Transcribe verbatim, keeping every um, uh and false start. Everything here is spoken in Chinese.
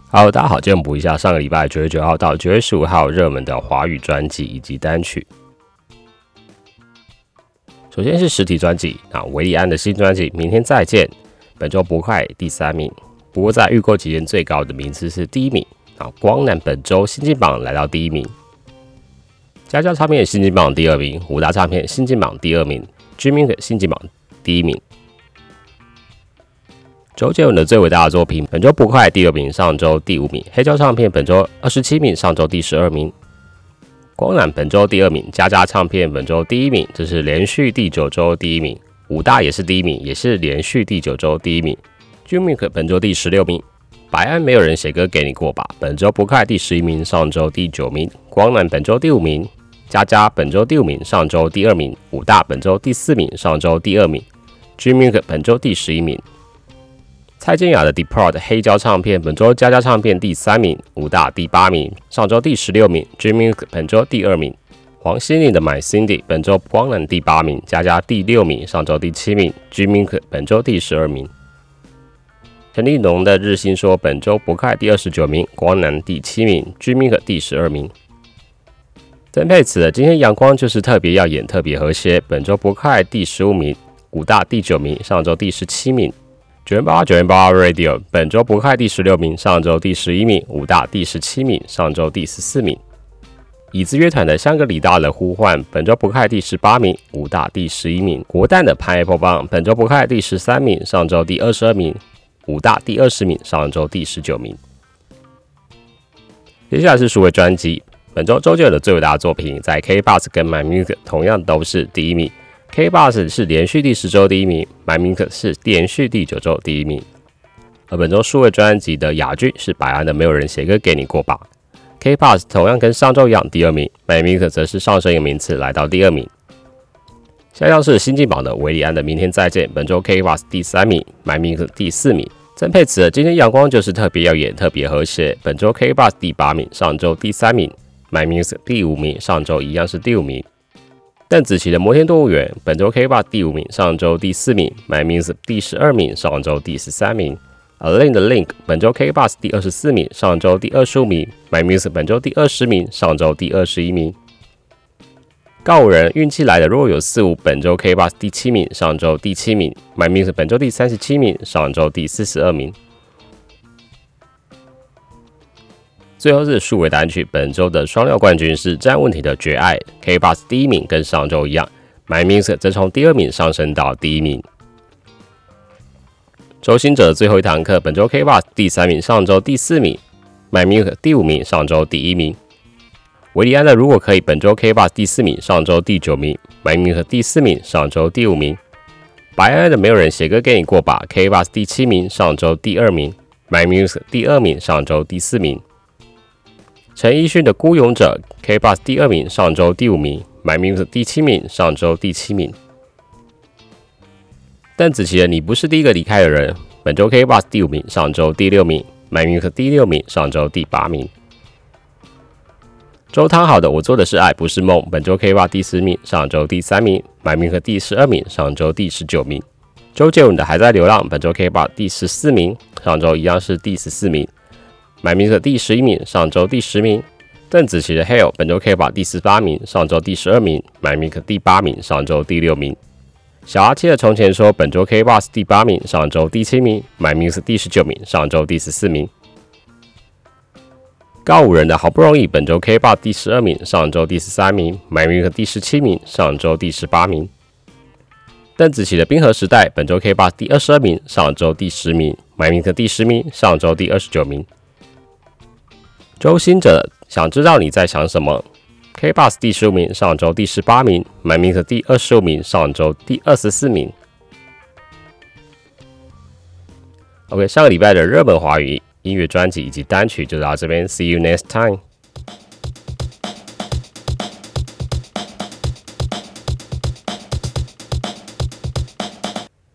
Hello， 大家好，今天补一下上个礼拜九月九号到九月十五号热门的华语专辑以及单曲。首先是实体专辑，那韦礼安的新专辑《明天再见》，本周不快第三名，不过在预购期间最高的名次是第一名。啊，光南本周新进榜来到第一名，佳佳唱片新进榜第二名，五大唱片新进榜第二名 ，G M I N C 新进榜第一名。周杰伦的最伟大的作品，本周不快第六名，上周第五名。黑胶唱片本周二十七名，上周第十二名。光南本周第二名，佳佳唱片本周第一名，这是连续第九周第一名。五大也是第一名，也是连续第九周第一名。G M I N C 本周第十六名。白安没有人写歌给你过吧，本周不快第十一名，上周第九名。光南本周第五名，佳佳本周第五名，上周第二名。五大本周第四名，上周第二名。G M I N C 本周第十一名。蔡健雅的 Depart 黑胶唱片本周佳佳唱片第三名，五大第八名，上周第十六名 ，G M I N C 本周第二名。黄心凌的 My Cindy 本周光南第八名，佳佳第六名，上周第七名 ，G M I N C 本周第十二名。陈立农的日新说本周不快第二十九名，光南第七名 ，G M I N C 第十二名。曾沛慈的今天阳光就是特别耀眼，特别和谐，本周不快第十五名，五大第九名，上周第十七名。九零八八九零八八 Radio 本周不快第十六名，上周第十一名，五大第十七名，上周第十四名。椅子乐团的香格里拉的呼唤本周不快第十八名，五大第十一名。国蛋的 Pineapple 棒本周不快第十三名，上周第二十二名，五大第二十名，上周第十九名。接下来是数位专辑，本周周杰伦的最伟大的作品在 K B O X 跟 My Music 同样都是第一名。K B O X 是连续第十周第一名 ，My Music 是连续第九周第一名。而本周数位专辑的亚军是白安的《没有人写歌给你过吧》。K B O X 同样跟上周一样第二名 ，My Music 则是上升一个名次来到第二名。下降是新进榜的韦礼安的《明天再见》，本周 K B O X 第三名 ，My Music 第四名。曾沛慈的今天阳光就是特别耀眼，特别和谐，本周 K B O X 第八名，上周第三名 ，My Music 第五名，上周一样是第五名。邓紫棋的《摩天动物园》本周 K B O X 第五名，上周第四名 ，My Music 第十二名，上周第十三名。Alain 的 Link 本周 K B O X 第二十四名，上周第二十五名 ，My Music 本周第二十名，上周第二十一名。告五人运气来的若有似无本周 K B O X 第七名，上周第七名 ，My Music 本周第三十七名，上周第四十二名。最后是数位单曲，本周的双料冠军是詹雯婷的《绝爱》 ，K B O X 第一名跟上周一样 ，My Music 则从第二名上升到第一名。周兴哲的最后一堂课，本周 K B O X 第三名，上周第四名 ，My Music 第五名，上周第一名。韦礼安的如果可以，本周 K B O X 第四名，上周第九名 ，My Music 第四名，上周第五名。白安的没有人写歌给你过吧 ，K B O X 第七名，上周第二名 ，My Music 第二名，上周第四名。陈奕迅的《孤勇者》K B O X 第二名，上周第五名 ，My Music 第七名，上周第七名。邓紫棋的《你不是第一个离开的人》本周 K B O X 第五名，上周第六名 ，My Music 第六名，上周第八名。周汤豪的《我做的是爱不是梦》本周 K B O X 第十名，上周第三名 ，My Music 第十二名，上周第十九名。周杰伦的《还在流浪》本周 K B O X 第十四名，上周一样是第十四名。My Music 第十一名，上周第十名。邓紫棋的 Hell 本周 K B O X 第十八名，上周第十二名 ，My Music 第八名，上周第六名。小阿七的从前说本周 K B O X 第八名，上周第七名 ，My Music 第十九名，上周第十四名。告五人的好不容易本周 K B O X 第十二名，上周第十三名 ，My Music 第十七名，上周第十八名。邓紫棋的冰河时代本周 K B O X 第二十二名，上周第十名 ，My Music 第十名，上周第二十九名。周兴哲想知道你在想什么 ，K B O X 第十五名，上周第十八名 ，My Music 第二十五名，上周第二十四名。OK， 上个礼拜的热门华语音乐专辑以及单曲就到这边 ，See you next time。